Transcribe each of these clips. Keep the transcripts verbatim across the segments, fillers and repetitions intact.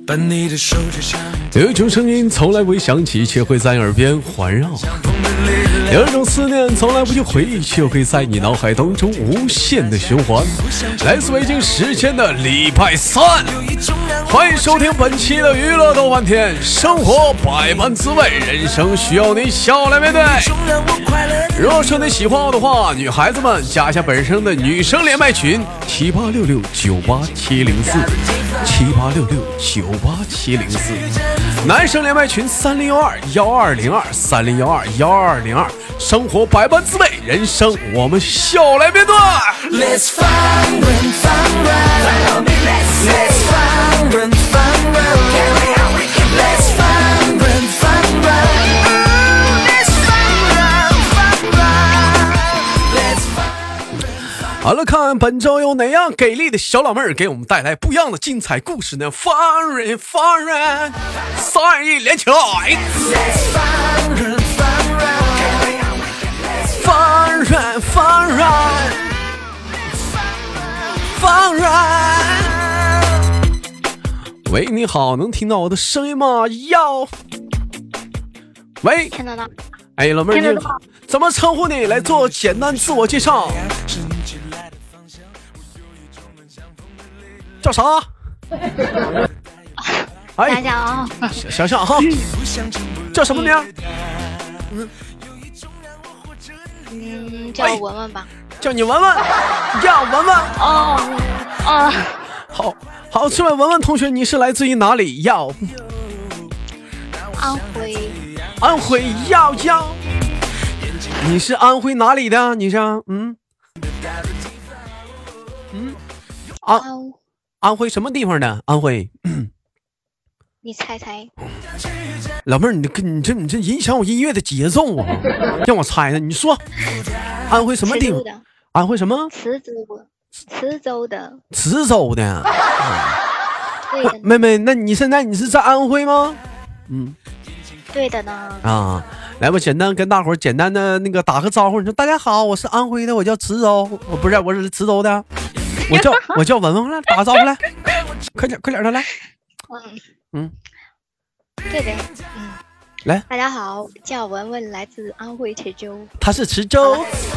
有一种声音从来未响起，却会在耳边环绕；有一种思念从来不去回忆，却会在你脑海当中无限的循环。来自北京时间的礼拜三，欢迎收听本期的娱乐豆瓣天，生活百般滋味，人生需要你笑来面对。如果说你喜欢我的话，女孩子们加一下本身的女生连麦群七八六六九八七零四七八六六九八七零四，男生连麦群三零幺二幺二零二三零幺二幺二零二。生活百般滋味，人生我们笑来面对。Let's fun run fun run follow me let's let's fun run fun run carry on we can let's fun run fun run let's fun run fun run let's fun。 好了，看本周有哪样给力的小老妹儿给我们带来不一样的精彩故事呢？ Fun run fun run 三一连起来 Let's fun run fun run放软放软放软。喂，你好，能听到我的声音吗？要喂， 听得到。 哎，老妹儿，你怎么称呼你？来做简单自我介绍。叫啥？ 哎，想想啊， 想想哈，叫什么名？ 嗯。嗯，叫我文文吧， 叫你文文，叫文文。 哦，哦， 好好，这位文文同学，你是来自于哪里？要安徽， 安徽要要。你是安徽哪里的？你是嗯嗯安安徽什么地方的？安徽。 你猜猜。 老妹儿，你这你这你这影响我音乐的节奏啊！让我猜的，你说安徽什么地方？安徽什么？ 磁州的，磁州的， 磁州的。 对的。 妹妹，那你现在你是在安徽吗？嗯， 对的呢。 啊，来吧，简单跟大伙儿简单的那个打个招呼。你说大家好，我是安徽的，我叫磁州，我不是我是磁州的，我叫我叫文文，来打个招呼来，快点快点的来。 嗯嗯。 对的，嗯， 来， 大家好，叫文文，来自安徽池州。 她是池州。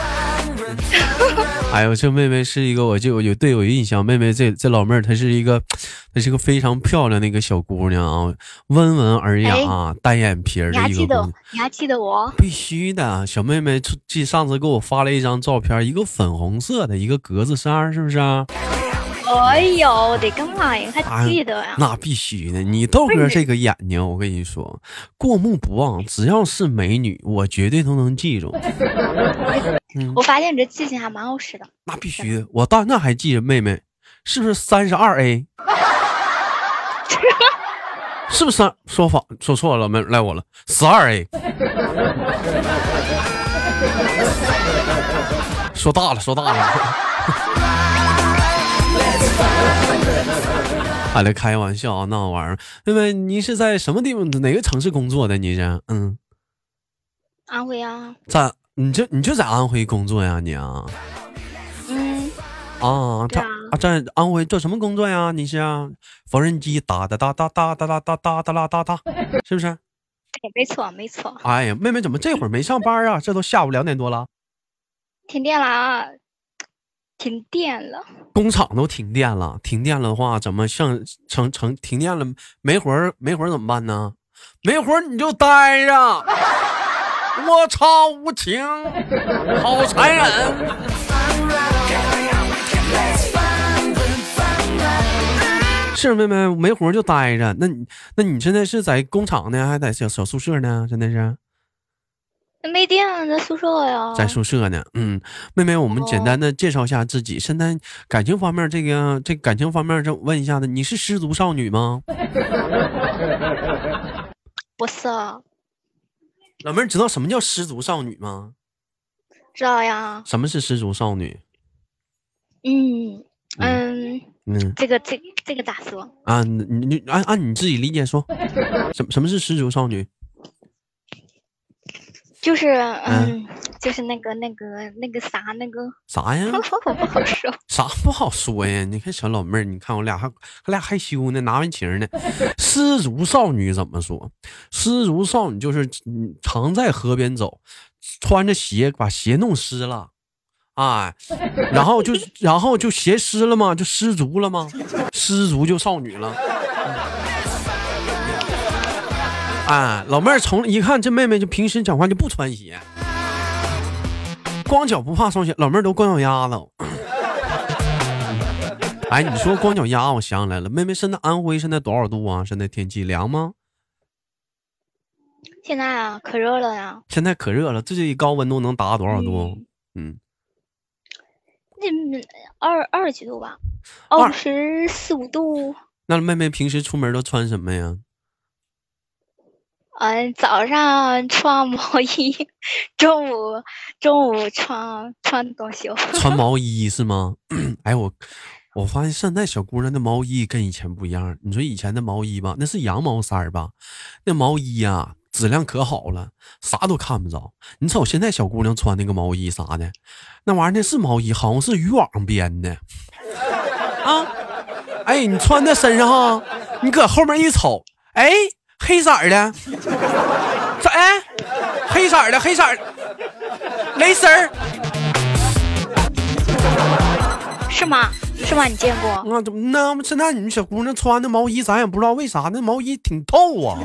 哎呦，这妹妹是一个，我就有对我有印象。妹妹这这老妹儿，她是一个，她是个非常漂亮的一个小姑娘啊，温文尔雅，哎、单眼皮的一个。 你还记得？你还记得我？ 必须的，小妹妹记上次给我发了一张照片，一个粉红色的，一个格子衫，是不是啊？ 哎呦，我的个妈呀，还记得呀、啊？ 那必须的，你豆哥这个眼睛，我跟你说，过目不忘，只要是美女，我绝对都能记住。 嗯、我发现你这记性还蛮好使的。 那必须的，我到那还记着，妹妹是不是三十二 A？ 是不是说法说错了？没赖我了，十二 A。说大了，说大了。还来开玩笑啊，那玩意儿。妹妹，你是在什么地方、哪个城市工作的？你是嗯， 安徽啊。 在你就你就在安徽工作呀？你啊？ 嗯。 啊，在啊在安徽做什么工作呀？你是啊？缝纫机哒哒哒哒哒哒哒哒哒哒哒哒，是不是？ 对，没错没错。 哎呀，妹妹怎么这会儿没上班啊？这都下午两点多了。 停电了啊！停电了， 工厂都停电了。停电了的话，怎么像成成停电了？没活儿，没活儿怎么办呢？没活儿你就待着。我超无情，好残忍。是妹妹，没活儿就待着。那你那你现在是在工厂呢，还在小小宿舍呢？真的是。 没电，在宿舍呀， 在宿舍呢。嗯，妹妹，我们简单的介绍一下自己。现在感情方面，这个这感情方面，就问一下子，你是失足少女吗？ 不是。 老妹儿，知道什么叫失足少女吗？ 知道呀。 什么是失足少女？ 嗯嗯嗯， 这个这这个咋说啊？你你按按你自己理解说，什什么是失足少女？ 就是嗯，就是那个那个那个啥那个啥呀？ 不好说， 啥不好说呀？你看小老妹儿，你看我俩还我俩害羞呢，拿完情呢。诗如少女怎么说？诗如少女就是嗯常在河边走，穿着鞋把鞋弄湿了。哎，然后就然后就鞋湿了吗？就失足了吗？失足就少女了。哎，老妹儿从一看这妹妹就平时讲话就不穿鞋，光脚不怕双鞋，老妹儿都光脚丫子。哎，你说光脚丫，我想起来了，妹妹现在安徽现在多少度啊？现在天气凉吗？ 现在啊可热了呀， 现在可热了，最最高温度能达到多少度？ 嗯， 嗯那二二十几度吧，二十四五度。 那妹妹平时出门都穿什么呀？ 嗯，早上穿毛衣，中午中午穿穿短袖。 穿毛衣是吗？哎，我我发现现在小姑娘的毛衣跟以前不一样。你说以前的毛衣吧，那是羊毛衫吧？那毛衣呀、啊，质量可好了，啥都看不着。你瞅现在小姑娘穿那个毛衣啥的，那玩意儿那是毛衣，好像是渔网编的啊。哎，你穿在身上，你搁后面一瞅，哎。黑色的，这哎，黑色的，黑色的，蕾丝儿， 是吗？是吗？你见过？ 啊，怎么那现在你们小姑娘穿的毛衣，咱也不知道为啥，那毛衣挺透啊。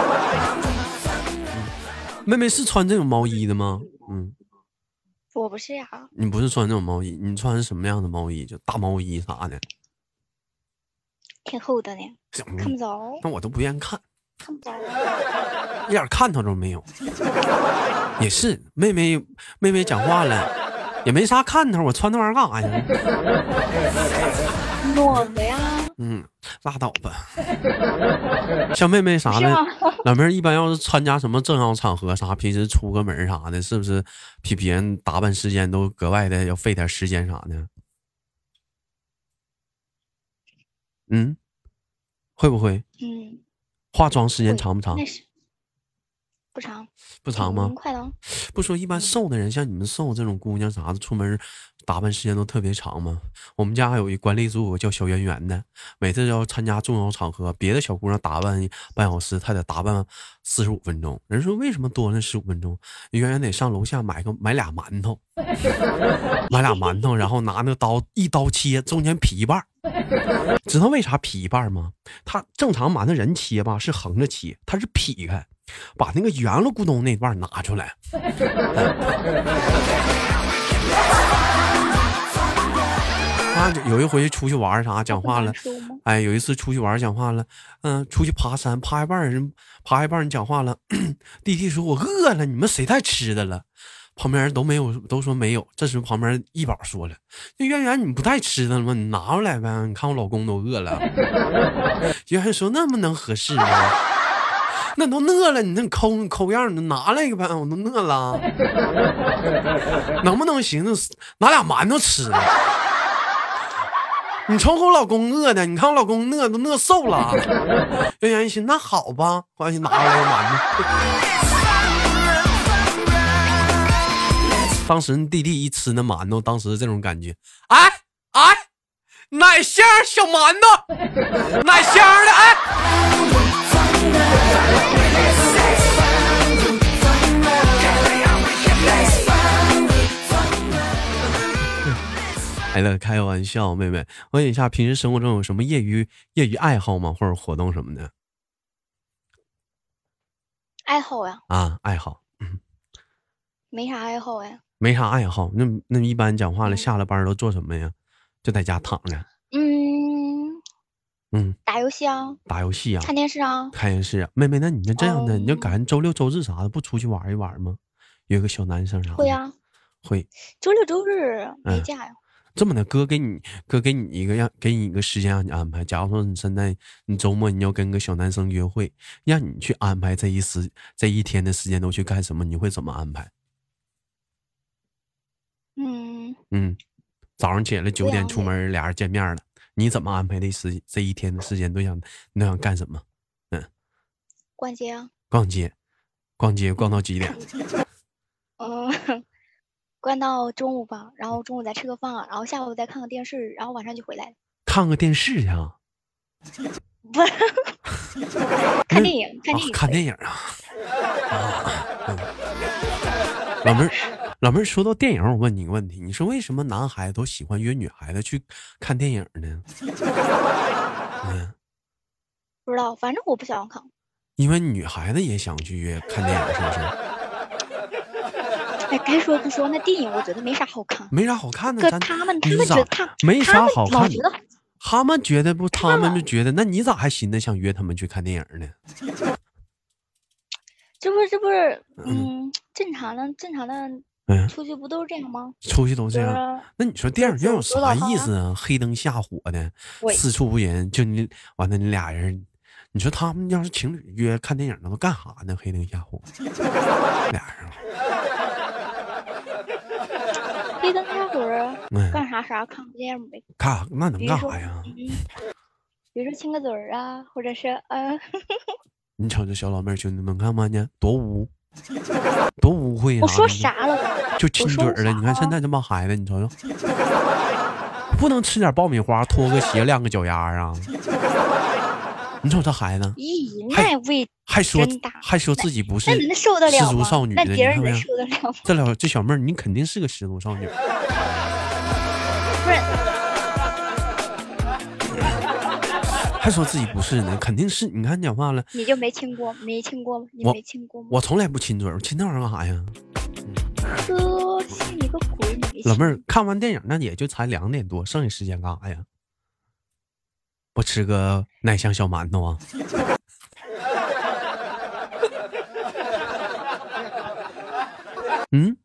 妹妹是穿这种毛衣的吗？嗯， 我不是呀。 你不是穿这种毛衣，你穿什么样的毛衣？就大毛衣啥的？ 挺厚的呢，看不着。 那我都不愿意看。 看不着， 一点看头都没有。也是，妹妹妹妹讲话了，也没啥看头，我穿那玩意儿干啥呀？ 暖的呀。 嗯，拉倒吧。像妹妹啥的，老妹儿一般要是参加什么正常场合啥，平时出个门啥的，是不是比别人打扮时间都格外的要费点时间啥的？嗯，会不会？ 嗯。 化妆时间长不长？ 不长。 不长吗？ 快的。 不说一般瘦的人，像你们瘦这种姑娘啥的，出门打扮时间都特别长吗？我们家还有一管理组叫小圆圆的，每次要参加重要场合，别的小姑娘打扮半小时，她得打扮四十五分钟。人说为什么多了十五分钟？圆圆得上楼下买个买俩馒头，买俩馒头，然后拿那个刀一刀切，中间劈一半。知道为啥劈一半吗？他正常把那人切吧是横着切，他是劈开，把那个圆了咕咚那段拿出来。啊，有一回出去玩啥讲话了，哎，有一次出去玩讲话了，嗯、呃，出去爬山爬一半人爬一半人讲话了，弟弟说我饿了，你们谁带吃的了？旁边人都没有，都说没有。这时旁边一宝说了：“那圆圆，你不带吃的了吗？你拿过来呗！你看我老公都饿了。”圆圆说：“那不能合适吗？那都饿了，你那抠你抠样，你拿来一个呗！我都饿了，能不能行？拿俩馒头吃？你瞅我老公饿的，你看我老公饿都饿瘦了。”圆圆一寻，那好吧，关系拿过来个馒头。当时弟弟一吃那馒头，当时这种感觉，哎哎，奶香小馒头，奶香的哎。哎了，开个玩笑，妹妹，问一下，平时生活中有什么业余业余爱好吗？或者活动什么的？ 爱好呀？ 啊，爱好，嗯， 没啥爱好呀。 没啥爱好，那那一般讲话了，下了班都做什么呀？就在家躺着。 嗯嗯， 打游戏啊， 打游戏啊， 看电视啊， 看电视啊。妹妹，那你就这样的，嗯、你就赶周六周日啥的不出去玩一玩吗？有个小男生啥的。 会啊， 会。 周六周日没假呀。 嗯、这么的，哥给你哥给你一个让给你一个时间让你安排。假如说你现在你周末你要跟个小男生约会，让你去安排这一时这一天的时间都去干什么？你会怎么安排？ 嗯嗯，早上起来九点出门，俩人见面了，你怎么安排的时这一天的时间都想你都想干什么？嗯， 逛街啊， 逛街，逛街逛到几点？ 关到中午吧，然后中午再吃个饭，然后下午再看个电视，然后晚上就回来了。 看个电视呀？ 不是看电影，看电影、 啊，看电影啊！啊嗯、老妹儿，老妹儿，说到电影，我问你一个问题：你说为什么男孩子都喜欢约女孩子去看电影呢？嗯， 不知道，反正我不喜欢看。 因为女孩子也想去约看电影，是不是？ 哎，该说不说，那电影我觉得没啥好看， 没啥好看的。 可他们他们觉得看没啥好看的， 他们觉得不，他们就觉得，那你咋还寻思想约他们去看电影呢？ 这不这不是嗯正常的正常的，嗯，出去不都是这样吗？ 出去都这样。那你说电影院有啥意思啊？黑灯瞎火的，四处无人，就你完了，你俩人，你说他们要是情侣约看电影，那都干啥呢？黑灯瞎火，俩人。 黑灯瞎火干啥啥？看电影呗。 看那能干啥呀？ 比如说亲个嘴儿啊，或者是呃。 你瞅这小老妹儿，兄弟们看嘛呢，多污，多污秽啊！ 我说啥了？ 就亲嘴了。你看现在这帮孩子，你瞅瞅，不能吃点爆米花，脱个鞋，晾个脚丫啊！你瞅这孩子， 咦，那味还说还说自己不是失足少女的， 那别人能受得了吗？ 这老这小妹儿，你肯定是个失足少女。 不是。 还说自己不是呢，肯定是。你看讲话了， 你就没亲过，没亲过吗？你没亲过吗？ 我从来不亲嘴，我亲那玩意儿干啥呀？ 哥，亲你个鬼！你老妹儿看完电影那也就才两点多，剩下时间干啥呀？不吃个奶香小馒头啊？嗯，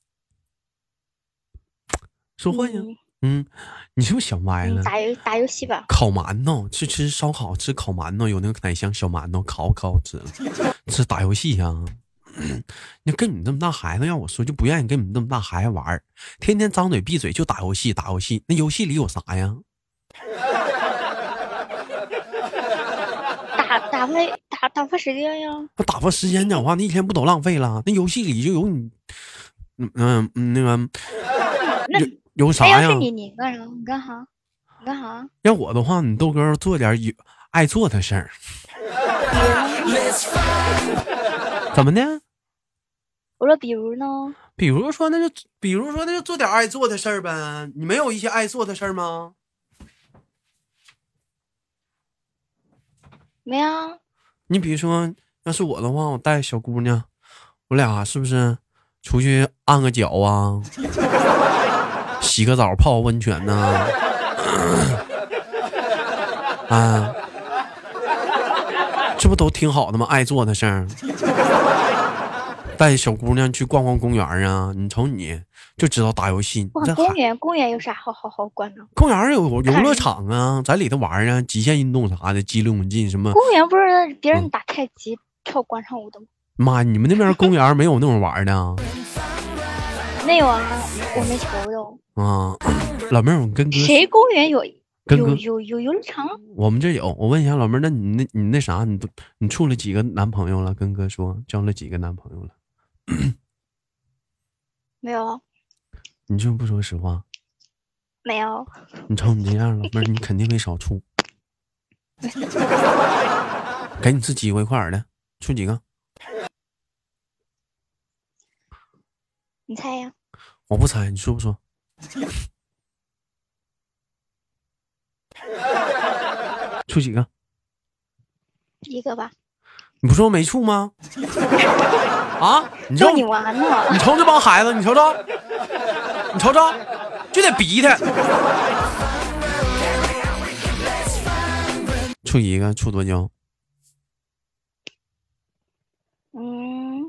说话呀。嗯嗯，你是不是想歪了？ 打游打游戏吧。 烤馒头，去吃烧烤，吃烤馒头，有那个奶香小馒头，烤可好吃了。吃打游戏呀、啊？你跟你这么大孩子，要我说就不愿意跟你这么大孩子玩，天天张嘴闭嘴就打游戏，打游戏。那游戏里有啥呀？ 打打发打打发时间呀。 那打发时间讲话，那一天不都浪费了？那游戏里就有你，嗯嗯嗯，那个那。 有啥呀？ 要是你你干啥？你干啥？你干啥？ 要我的话，你豆哥做点有爱做的事儿。怎么的？ 我说比如呢？ 比如说那就比如说那就做点爱做的事儿呗。你没有一些爱做的事儿吗？ 没啊。 你比如说，要是我的话，我带小姑娘，我俩是不是出去按个脚啊？洗个澡，泡个温泉呢、啊？啊，这不都挺好的吗？爱做的事儿，带小姑娘去逛逛公园啊！你瞅你就知道打游戏。 公园公园有啥好好好逛的？ 公园有游乐场啊，在里头玩啊，极限运动啥的，激流勇进什么。 公园不是别人打太极、嗯、跳广场舞的吗？ 妈，你们那边公园没有那种玩的？ 没有啊，我没瞅着。 啊，老妹儿，我跟哥谁公园有跟哥有有有游乐场？ 我们这有。我问一下老妹儿，那你那你那啥，你都你处了几个男朋友了？跟哥说交了几个男朋友了？没有。 你就不说实话？ 没有。 你瞅你这样，老妹儿，你肯定没少处。给你次机会，快点的，处几个？ 你猜呀？ 我不猜，你说不说？处几个？ 一个吧。 你不说没处吗？啊！你逗你玩呢？ 你瞅这帮孩子，你瞅瞅，你瞅瞅，就得逼他。处一个，处多久？ 嗯。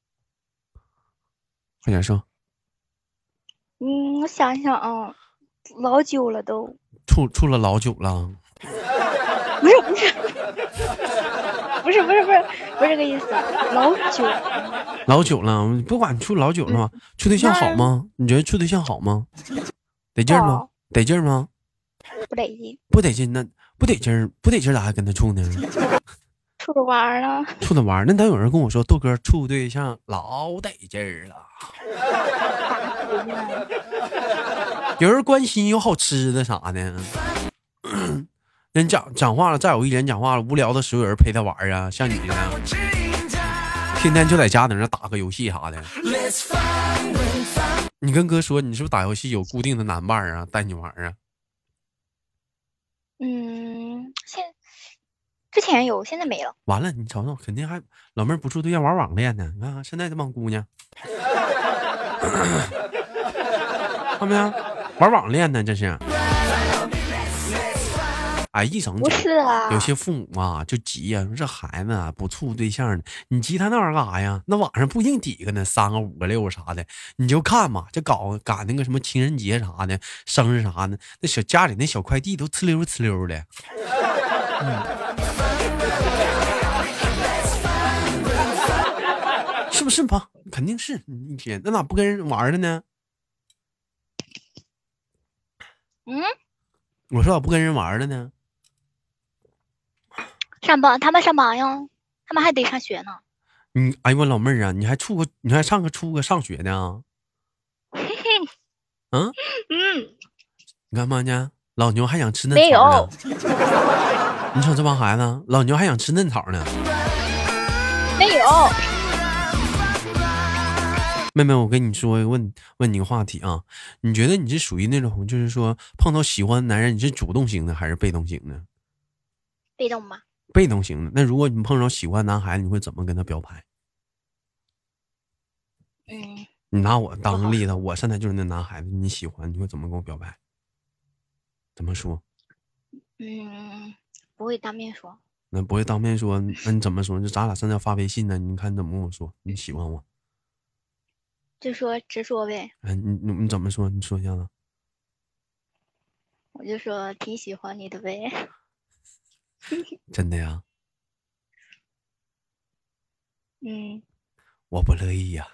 快点说。 嗯，我想想啊，老久了都。 处处了老久了。 不是不是，不是不是不是不是这个意思，老久了。 老久了，不管处老久了吗？嗯、处对象好吗？你觉得处对象好吗？得劲儿吗？得劲儿吗？ 不得劲。 不得劲，那不得劲儿，不得劲儿咋还跟他处呢？ 处着玩呢。 处着玩，那当有人跟我说豆哥处对象老得劲儿了。 有人关心有好吃的啥的。人讲讲话了，再有一人讲话了，无聊的时候有人陪他玩啊，像你这样，天天就在家等着打个游戏啥的。你跟哥说，你是不是打游戏有固定的男伴啊，带你玩啊？ 嗯，现之前有，现在没了。 完了，你瞅瞅，肯定还老妹儿不处对象玩网恋呢。你看、啊、现在这帮姑娘，看没有？玩网恋呢，这是。哎，一整不是啊， 有些父母啊就急呀、啊，说这孩子啊不处对象呢，你急他那玩意儿干啥呀？那网上不一定几个呢，三个、五个、六个啥的，你就看嘛，就搞赶那个什么情人节啥的、生日啥的，那小家里那小快递都呲溜呲溜的。嗯，是不是吧？肯定是一天，那咋不跟人玩的呢？ 嗯， 我说咋不跟人玩的呢？ 上班，他们上班呀，他们还得上学呢。 嗯，哎呦我老妹儿啊，你还处个，你还上个初个上学呢？嗯嗯， 你干嘛呢？老牛还想吃嫩没草呢。 有， 你瞅这帮孩子，老牛还想吃嫩草呢。 没有。 妹妹，我跟你说，问问你个话题啊，你觉得你是属于那种，就是说碰到喜欢的男人，你是主动型的还是被动型的？ 被动吗？ 被动型的。那如果你碰到喜欢男孩子，你会怎么跟他表白？ 嗯， 你拿我当个例子，我现在就是那男孩子，你喜欢，你会怎么跟我表白？怎么说？ 嗯，不会当面说。 那不会当面说，那你怎么说？就咱俩现在发微信呢，你看怎么跟我说？你喜欢我？ 就说直说呗。 哎，你你你怎么说？你说一下子。 我就说挺喜欢你的呗。 真的呀？ 嗯， 我不乐意呀、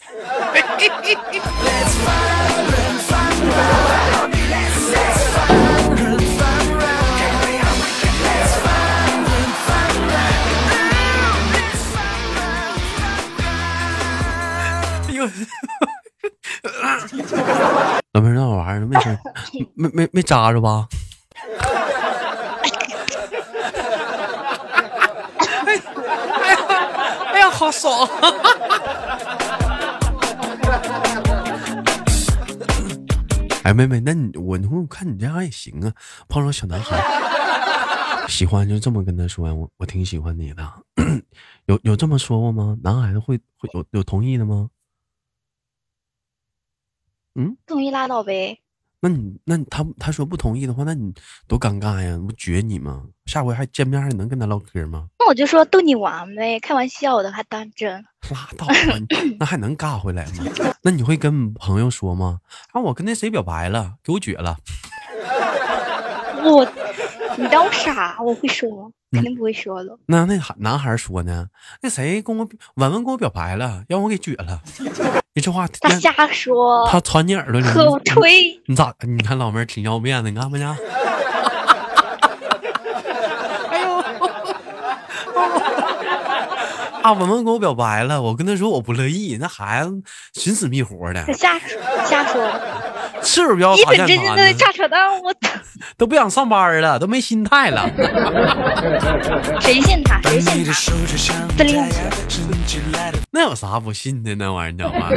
老妹儿那玩意儿没事，没没没扎着吧？哎呀，好爽！哎，妹妹，那你我我看你这样也行啊，碰上小男孩喜欢就这么跟他说，我我挺喜欢你的，有有这么说过吗？男孩子会会有有同意的吗？嗯， 同意拉倒呗。 那你那你他他说不同意的话，那你多尴尬呀，不绝你吗？下回还见面还能跟他唠嗑吗？ 那我就说逗你玩呗，开玩笑的，还当真。 拉倒吧，那还能尬回来吗？那你会跟朋友说吗？啊，我跟那谁表白了，给我撅了。 我，你当我傻？我会说，肯定不会说的。 那那男孩说呢？那谁跟我文文跟我表白了，让我给撅了。一句话， 他瞎说， 他传你耳朵里， 可吹。 你, 你咋？你看老妹儿挺要面子，你看不见？哎呦！啊，文文跟我表白了，我跟他说我不乐意，那孩子寻死觅活的。 他瞎说，瞎说的。 是不是要一本正经的瞎扯淡，我都不想上班了，都没心态了。 谁信他？谁信他？自恋者。 那有啥不信的那玩意儿？讲话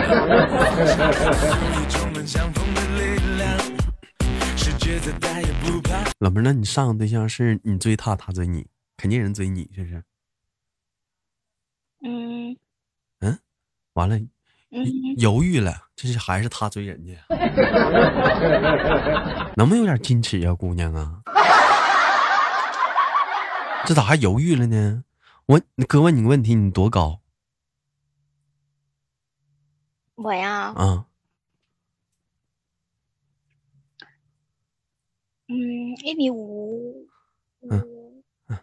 老妹儿，那你上个对象是你追他，他追你，肯定人追你，是不是？ 嗯嗯，完了。 嗯， 犹豫了，这是还是他追人家，能不能有点矜持啊，姑娘啊？这咋还犹豫了呢？我哥问你个问题，你多高？ 我呀， 啊， 嗯，一米五， 嗯嗯，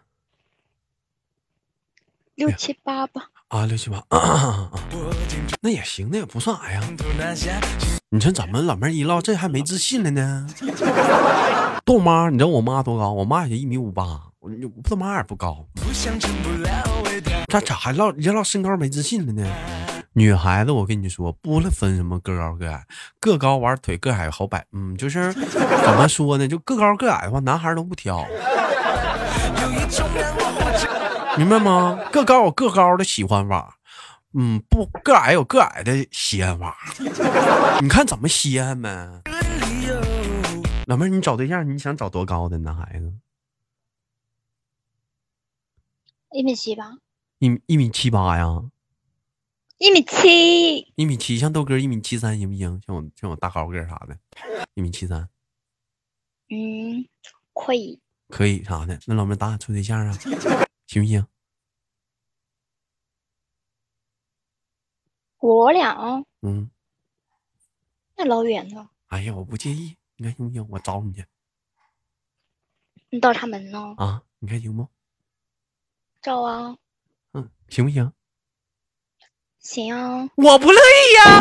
六七八吧。 啊，六七八、啊啊啊，那也行，那也不算啥呀。你说怎么老妹儿一唠这还没自信了呢？豆妈，你知道我妈多高？我妈也一米五八，我我他妈也不高。这咋还唠一唠身高没自信了呢？ 女孩子，我跟你说，不了分什么个高个矮，个高玩腿，个矮好摆。嗯，就是怎么说呢？就个高个矮的话，男孩都不挑，明白吗？个高有个高的喜欢法，嗯，不个矮有个矮的稀罕法。你看怎么稀罕呗？老妹儿，你找对象，你想找多高的男孩子？ 一米七八。 一一米七八呀？ 一米七， 一米七，像豆哥一米七三行不行？像我像我大高个啥的，一米七三， 嗯，可以， 可以啥的。那老妹儿，咱俩处对象啊，行不行？ 我俩， 嗯， 那老远了。 哎呀，我不介意，你看行不行？我找你去。 你倒插门呢？ 啊，你看行不？ 找啊。 嗯，行不行？ 行啊。 我不乐意呀。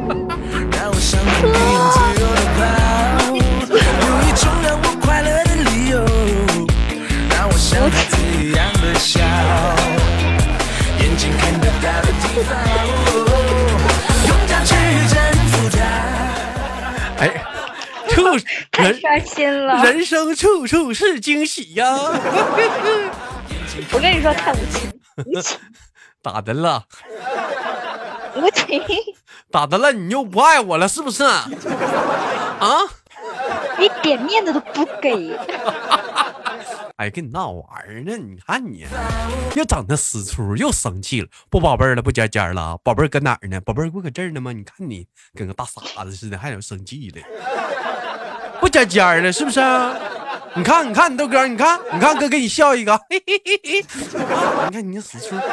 哎，处太伤心了。 人生处处是惊喜呀。 我跟你说，太无情，无情。 咋的了？ 无情。 咋的了？你又不爱我了是不是？啊？ 一点面子都不给。 哎，跟你闹玩呢，你看你又整那死出，又生气了，不宝贝儿了，不尖尖了，宝贝儿搁哪儿呢？宝贝儿不搁这儿呢吗？你看你跟个大傻子似的，还有生气的，不尖尖了是不是？你看，你看你豆哥，你看，你看哥给你笑一个，嘿嘿嘿嘿，你看你死出。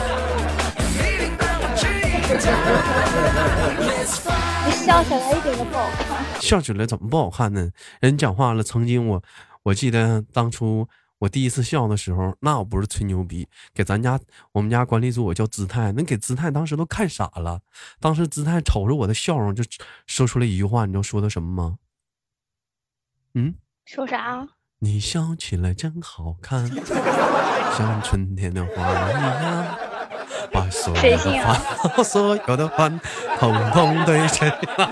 你笑起来一点都不好看。 笑起来怎么不好看呢？人讲话了，曾经我我记得当初我第一次笑的时候，那我不是吹牛逼，给咱家我们家管理组我叫姿态，那给姿态当时都看傻了。当时姿态瞅着我的笑容，就说出了一句话，你知道说的什么吗？嗯， 说啥？ 你笑起来真好看，像春天的花一样。把所有的烦恼，所有的烦，统统对谁来？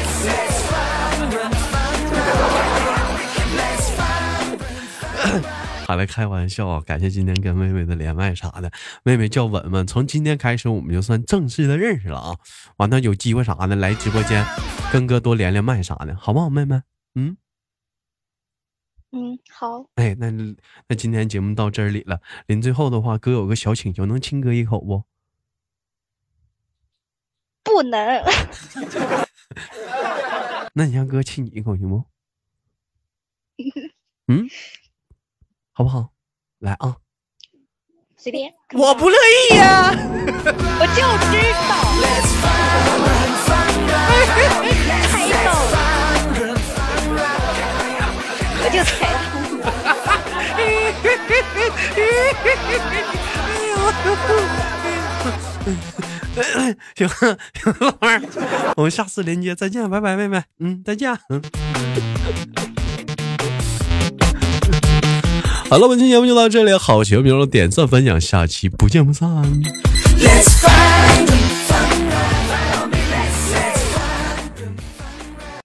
好了，开玩笑啊！感谢今天跟妹妹的连麦啥的，妹妹叫文文，从今天开始我们就算正式的认识了啊！完了有机会啥的来直播间跟哥多连连麦啥的，好不好，妹妹？嗯嗯，好。 哎，那那今天节目到这里了，临最后的话，哥有个小请求，能亲哥一口不？ 不能。 那你让哥亲你一口行不？嗯，好不好？来啊， 随便。 我不乐意呀、啊， 我就知道。猜到了，我就猜到。 行行，老妹儿，我们下次连接再见，拜拜，妹妹，嗯，再见。嗯，好了，本期节目就到这里，好节目别忘了点赞分享，下期不见不散。Let's fight